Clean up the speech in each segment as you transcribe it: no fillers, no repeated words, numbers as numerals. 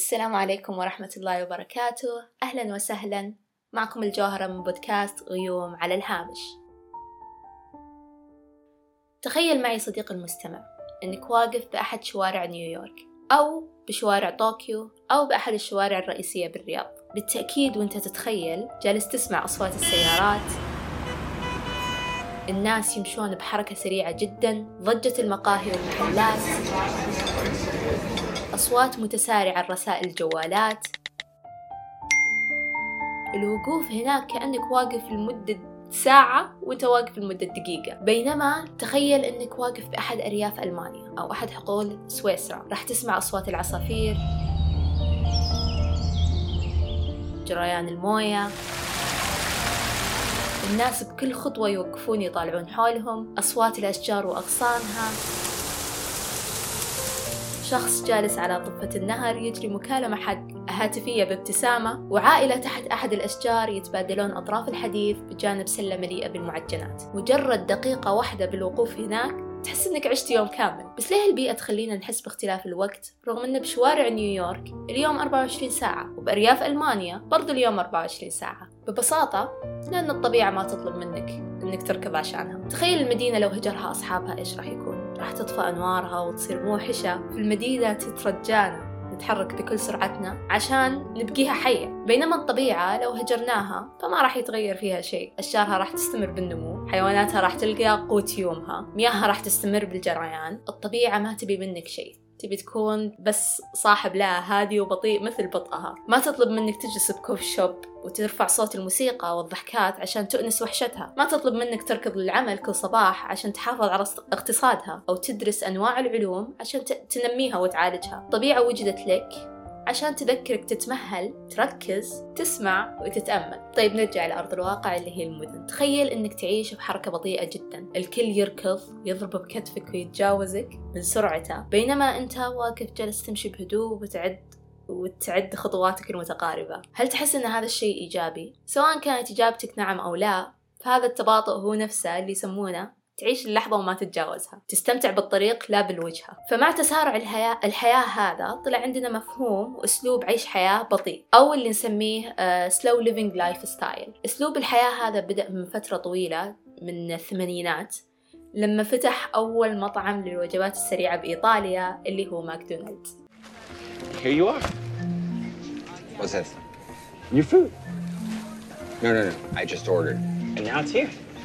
السلام عليكم ورحمة الله وبركاته. أهلا وسهلا، معكم الجوهرة من بودكاست غيوم على الهامش. تخيل معي صديق المستمع أنك واقف بأحد شوارع نيويورك أو بشوارع طوكيو أو بأحد الشوارع الرئيسية بالرياض. بالتأكيد وانت تتخيل جالس تسمع أصوات السيارات، الناس يمشون بحركة سريعة جدا، ضجة المقاهي والمحلات، أصوات متسارعة رسائل الجوالات. الوقوف هناك كأنك واقف لمدة ساعة وانت واقف لمدة دقيقة. بينما تخيل انك واقف بأحد أرياف ألمانيا أو أحد حقول سويسرا، راح تسمع أصوات العصافير، جريان الموية، الناس بكل خطوة يوقفون يطالعون حولهم، أصوات الأشجار وأغصانها، شخص جالس على ضفة النهر يجري مكالمة هاتفية بابتسامة، وعائلة تحت أحد الأشجار يتبادلون أطراف الحديث بجانب سلة مليئة بالمعجنات. مجرد دقيقة واحدة بالوقوف هناك تحس إنك عشت يوم كامل. بس ليه البيئة تخلينا نحس باختلاف الوقت رغم إن بشوارع نيويورك اليوم 24 ساعة وبأرياف ألمانيا برضو اليوم 24 ساعة؟ ببساطة لأن الطبيعة ما تطلب منك إنك تركض عشانها. تخيل المدينة لو هجرها أصحابها إيش راح يكون؟ راح تطفى أنوارها وتصير موحشة. في المدينة تترجانا نتحرك بكل سرعتنا عشان نبقيها حية، بينما الطبيعة لو هجرناها فما راح يتغير فيها شيء. أشجارها راح تستمر بالنمو، حيواناتها راح تلقى قوت يومها، مياهها راح تستمر بالجريان. الطبيعة ما تبي منك شيء، تبي تكون بس صاحب لها هادي وبطيء مثل بطئها. ما تطلب منك تجلس بكوف شوب وترفع صوت الموسيقى والضحكات عشان تؤنس وحشتها. ما تطلب منك تركض للعمل كل صباح عشان تحافظ على اقتصادها، أو تدرس أنواع العلوم عشان تنميها وتعالجها. الطبيعة وجدت لك عشان تذكرك تتمهل، تركز، تسمع وتتأمل. طيب نرجع لأرض الواقع اللي هي المدن. تخيل إنك تعيش بحركة بطيئة جدا، الكل يركض يضرب بكتفك ويتجاوزك من سرعته، بينما أنت واقف جالس تمشي بهدوء وتعد خطواتك المتقاربة. هل تحس أن هذا الشيء إيجابي؟ سواء كانت إجابتك نعم أو لا، فهذا التباطؤ هو نفسه اللي يسمونه تعيش اللحظة وما تتجاوزها، تستمتع بالطريق لا بالوجهة. فمع تسارع الحياة هذا طلع عندنا مفهوم وأسلوب عيش حياة بطيء، أو اللي نسميه slow living lifestyle. أسلوب الحياة هذا بدأ من فترة طويلة من الثمانينات لما فتح أول مطعم للوجبات السريعة بإيطاليا اللي هو ماكدونالدز. Here you are. What's that? Your food. No. I just ordered. And now it's here.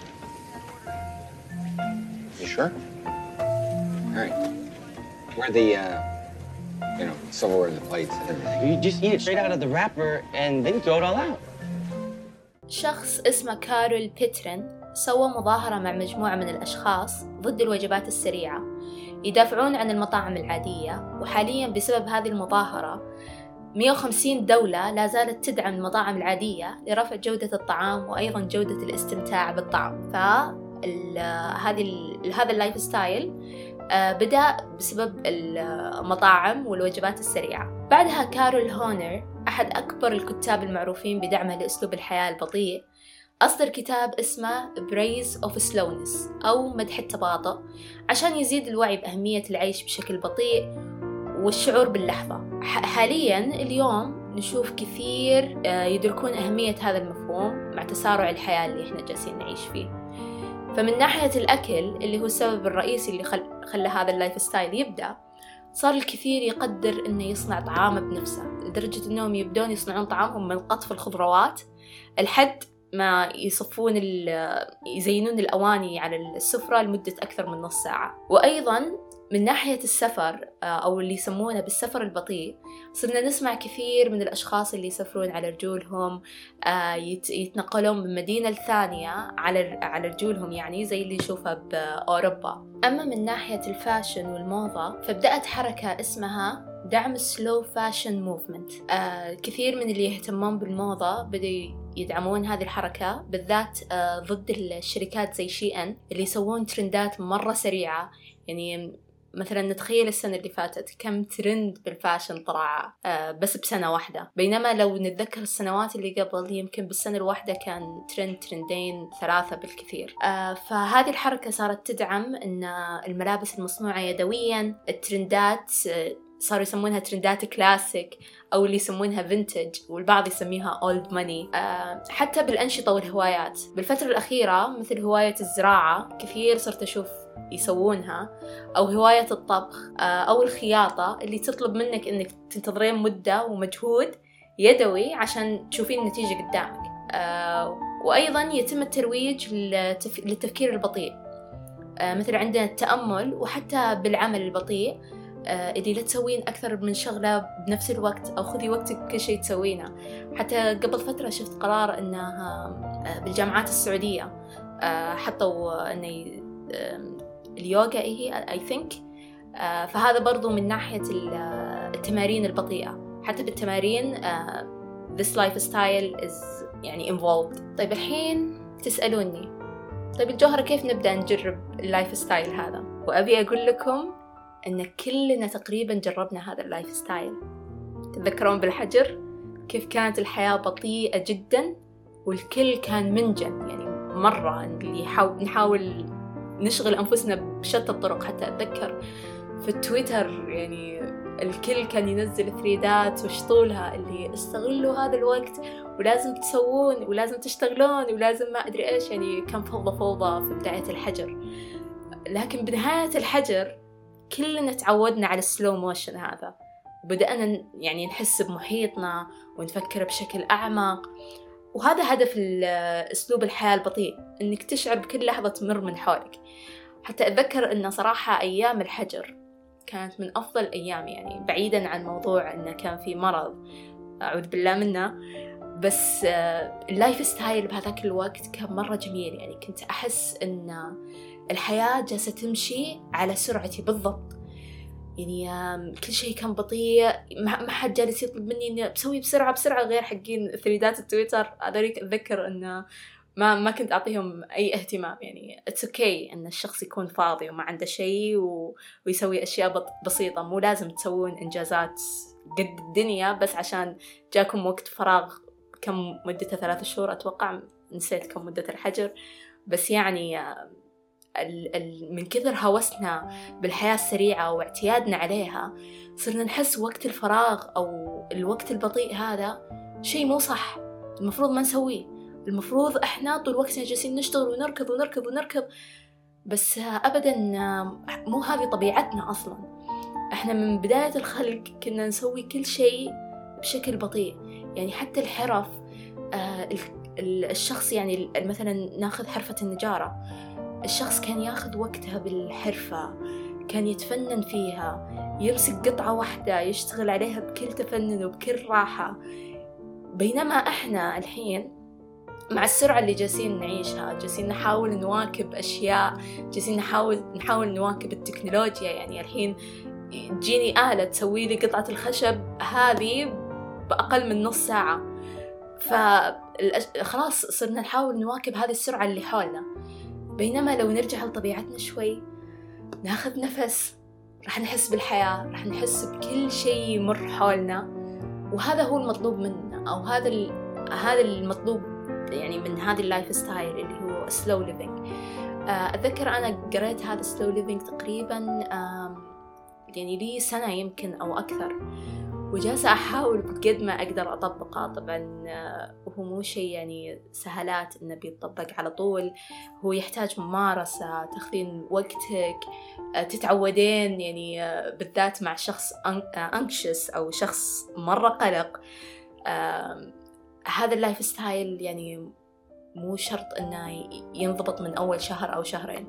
You sure? All right. Where the, silverware and the plates and everything. You just eat it straight out of the wrapper and then throw it all out. شخص اسمه كارول بيترين سوى مظاهرة مع مجموعة من الأشخاص ضد الوجبات السريعة يدافعون عن المطاعم العادية. وحاليا بسبب هذه المظاهرة 150 دولة لا زالت تدعم المطاعم العادية لرفع جودة الطعام وأيضا جودة الاستمتاع بالطعام. هذا اللايف ستايل بدأ بسبب المطاعم والوجبات السريعة. بعدها كارول هونر، أحد أكبر الكتاب المعروفين بدعمه لأسلوب الحياة البطيء، أصدر كتاب اسمه Praise of Slowness أو مدح التباطؤ، عشان يزيد الوعي بأهمية العيش بشكل بطيء والشعور باللحظة. حالياً اليوم نشوف كثير يدركون أهمية هذا المفهوم مع تسارع الحياة اللي إحنا جالسين نعيش فيه. فمن ناحية الأكل اللي هو السبب الرئيسي اللي خلى هذا اللايف ستايل يبدأ، صار الكثير يقدر إنه يصنع طعامه بنفسه، لدرجة إنهم يبدون يصنعون طعامهم من قطف الخضروات لحد ما يزينون الأواني على السفرة لمدة أكثر من نص ساعة. وأيضاً من ناحية السفر أو اللي يسمونه بالسفر البطيء، صرنا نسمع كثير من الأشخاص اللي يسافرون على رجولهم، يتنقلون من مدينة لثانية على رجولهم، يعني زي اللي نشوفه بأوروبا. أما من ناحية الفاشن والموضة فبدأت حركة اسمها دعم سلو فاشن موفمنت. كثير من اللي يهتمون بالموضة بدأوا يدعمون هذه الحركة، بالذات ضد الشركات زي Shein اللي يسوون ترندات مرة سريعة. يعني مثلا نتخيل السنة اللي فاتت كم ترند بالفاشن طلع بس بسنة واحدة، بينما لو نتذكر السنوات اللي قبل يمكن بالسنة الواحدة كان ترندين 3 بالكثير. فهذه الحركة صارت تدعم أن الملابس المصنوعة يدويا، الترندات صاروا يسمونها ترندات كلاسيك أو اللي يسمونها فينتج، والبعض يسميها أولد ماني. حتى بالأنشطة والهوايات بالفترة الأخيرة مثل هواية الزراعة كثير صرت أشوف يسوونها، أو هواية الطبخ أو الخياطة اللي تطلب منك إنك تنتظرين مدة ومجهود يدوي عشان تشوفين النتيجة قدامك. وأيضا يتم الترويج للتفكير البطيء، مثل عندنا التأمل، وحتى بالعمل البطيء اللي لا تسوين أكثر من شغلة بنفس الوقت، أو خذي وقتك كل شيء تسوينه. حتى قبل فترة شفت قرار إنها بالجامعات السعودية حطوا إن اليوغا هي I think، فهذا برضو من ناحية التمارين البطيئة. حتى بالتمارين this lifestyle is يعني involved. طيب الحين تسألوني طيب الجوهرة كيف نبدأ نجرب اللايف ستايل هذا؟ وأبي أقول لكم إن كلنا تقريبا جربنا هذا اللايف ستايل. تذكرون بالحجر كيف كانت الحياة بطيئة جدا والكل كان منجن، يعني مرة اللي نحاول نشغل أنفسنا بشتى الطرق. حتى أتذكر في التويتر يعني الكل كان ينزل ثريدات وشطولها اللي استغلوا هذا الوقت ولازم تسوون ولازم تشتغلون ولازم ما أدري إيش، يعني كان فوضى في بداية الحجر. لكن بنهاية الحجر كلنا تعودنا على السلو موشن هذا، وبدأنا يعني نحس بمحيطنا ونفكر بشكل أعمق. وهذا هدف أسلوب الحياة البطيء، إنك تشعر بكل لحظة تمر من حولك. حتى أتذكر إن صراحة أيام الحجر كانت من أفضل أيام، يعني بعيداً عن موضوع إنه كان في مرض أعوذ بالله منه، بس اللايف ستايل بهذاك الوقت كان مرة جميل. يعني كنت أحس إن الحياة جالسة تمشي على سرعتي بالضبط، يعني كل شيء كان بطيء، ما حد جالس يطلب مني إني بسوي بسرعة غير حقين ثريدات التويتر. هذوليك أتذكر إنه ما كنت أعطيهم أي اهتمام. يعني it's okay إن الشخص يكون فاضي وما عنده شيء ويسوي أشياء بسيطة، مو لازم تسوون إنجازات قد الدنيا بس عشان جاكم وقت فراغ. كم مدته 3 شهور أتوقع، نسيت كم مدة الحجر، بس يعني من كثر هوسنا بالحياة السريعة واعتيادنا عليها صرنا نحس وقت الفراغ أو الوقت البطيء هذا شيء مو صح، المفروض ما نسويه. المفروض إحنا طول وقتنا جالسين نشتغل ونركض، بس أبداً مو هذه طبيعتنا أصلاً. إحنا من بداية الخلق كنا نسوي كل شيء بشكل بطيء. يعني حتى الحرف، الشخص يعني مثلاً ناخذ حرفة النجارة، الشخص كان ياخذ وقتها بالحرفة، كان يتفنن فيها، يمسك قطعة واحدة يشتغل عليها بكل تفنن وبكل راحة. بينما إحنا الحين مع السرعة اللي جالسين نعيشها، جالسين نحاول نواكب أشياء، جالسين نحاول نواكب التكنولوجيا. يعني الحين تجيني آلة تسوي لي قطعة الخشب هذه بأقل من نص ساعة. فخلاص صرنا نحاول نواكب هذه السرعة اللي حولنا. بينما لو نرجع لطبيعتنا شوي، ناخذ نفس، رح نحس بالحياة، رح نحس بكل شيء يمر حولنا. وهذا هو المطلوب مننا، أو هذا المطلوب يعني من هذه اللايف ستايل اللي هو سلو ليفينج. أتذكر أنا قريت هذا سلو ليفينج تقريبا يعني لي سنة يمكن أو أكثر، وجالسة أحاول بقد ما أقدر أطبقه. طبعا هو مو شيء يعني سهلات إنه بيتطبق على طول، هو يحتاج ممارسة، تاخذين وقتك، تتعودين. يعني بالذات مع شخص anxious أو شخص مرة قلق، هذا اللايف ستايل يعني مو شرط إنه ينضبط من أول شهر أو شهرين.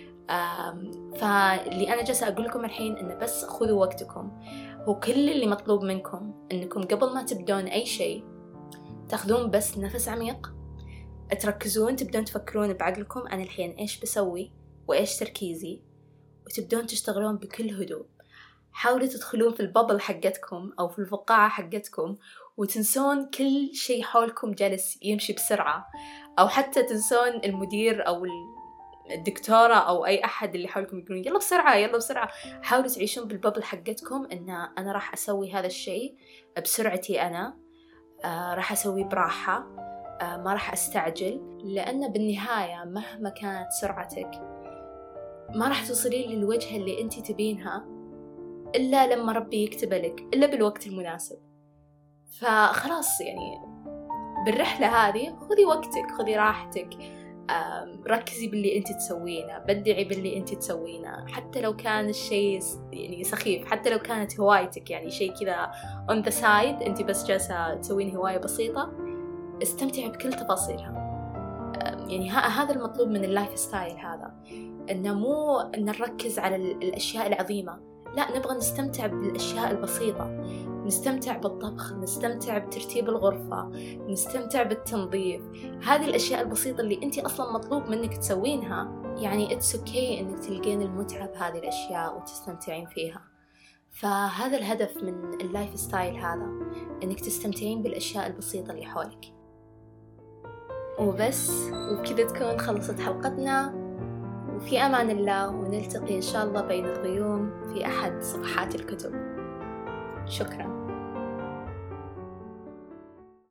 فاللي أنا جالسة أقول لكم الحين إنه بس خذوا وقتكم. هو كل اللي مطلوب منكم إنكم قبل ما تبدون أي شيء تاخذون بس نفس عميق، تركزون، تبدون تفكرون بعقلكم أنا الحين إيش بسوي وإيش تركيزي، وتبدون تشتغلون بكل هدوء. حاولوا تدخلون في البابل حقتكم أو في الفقاعة حقتكم وتنسون كل شيء حولكم جالس يمشي بسرعة، أو حتى تنسون المدير أو الدكتورة أو أي أحد اللي حولكم يقولون يلا بسرعة. حاولوا تعيشون بالبابل حقتكم إن أنا راح أسوي هذا الشيء بسرعتي، أنا راح أسوي براحة، ما راح أستعجل. لأن بالنهاية مهما كانت سرعتك ما راح توصلين للوجهة اللي أنتي تبينها إلا لما ربي يكتبه لك، إلا بالوقت المناسب. فخلاص يعني بالرحلة هذه خذي وقتك، خذي راحتك، ركزي باللي أنت تسوينه، بدعي باللي أنت تسوينه، حتى لو كان الشيء يعني سخيف، حتى لو كانت هوايتك يعني شيء كذا on the side أنت بس جالسة تسوين هواية بسيطة، استمتعي بكل تفاصيلها. يعني هذا المطلوب من اللايف ستايل هذا، إنه مو إن نركز على الأشياء العظيمة، لا، نبغى نستمتع بالأشياء البسيطة، نستمتع بالطبخ، نستمتع بترتيب الغرفة، نستمتع بالتنظيف. هذه الأشياء البسيطة اللي أنت أصلا مطلوب منك تسوينها، يعني it's okay إنك تلقين المتعة بهذه الأشياء وتستمتعين فيها. فهذا الهدف من اللايف ستايل هذا، إنك تستمتعين بالأشياء البسيطة اللي حولك. وبس، وبكذا تكون خلصت حلقتنا، وفي أمان الله، ونلتقي إن شاء الله بين الغيوم في أحد صفحات الكتب. شكراً.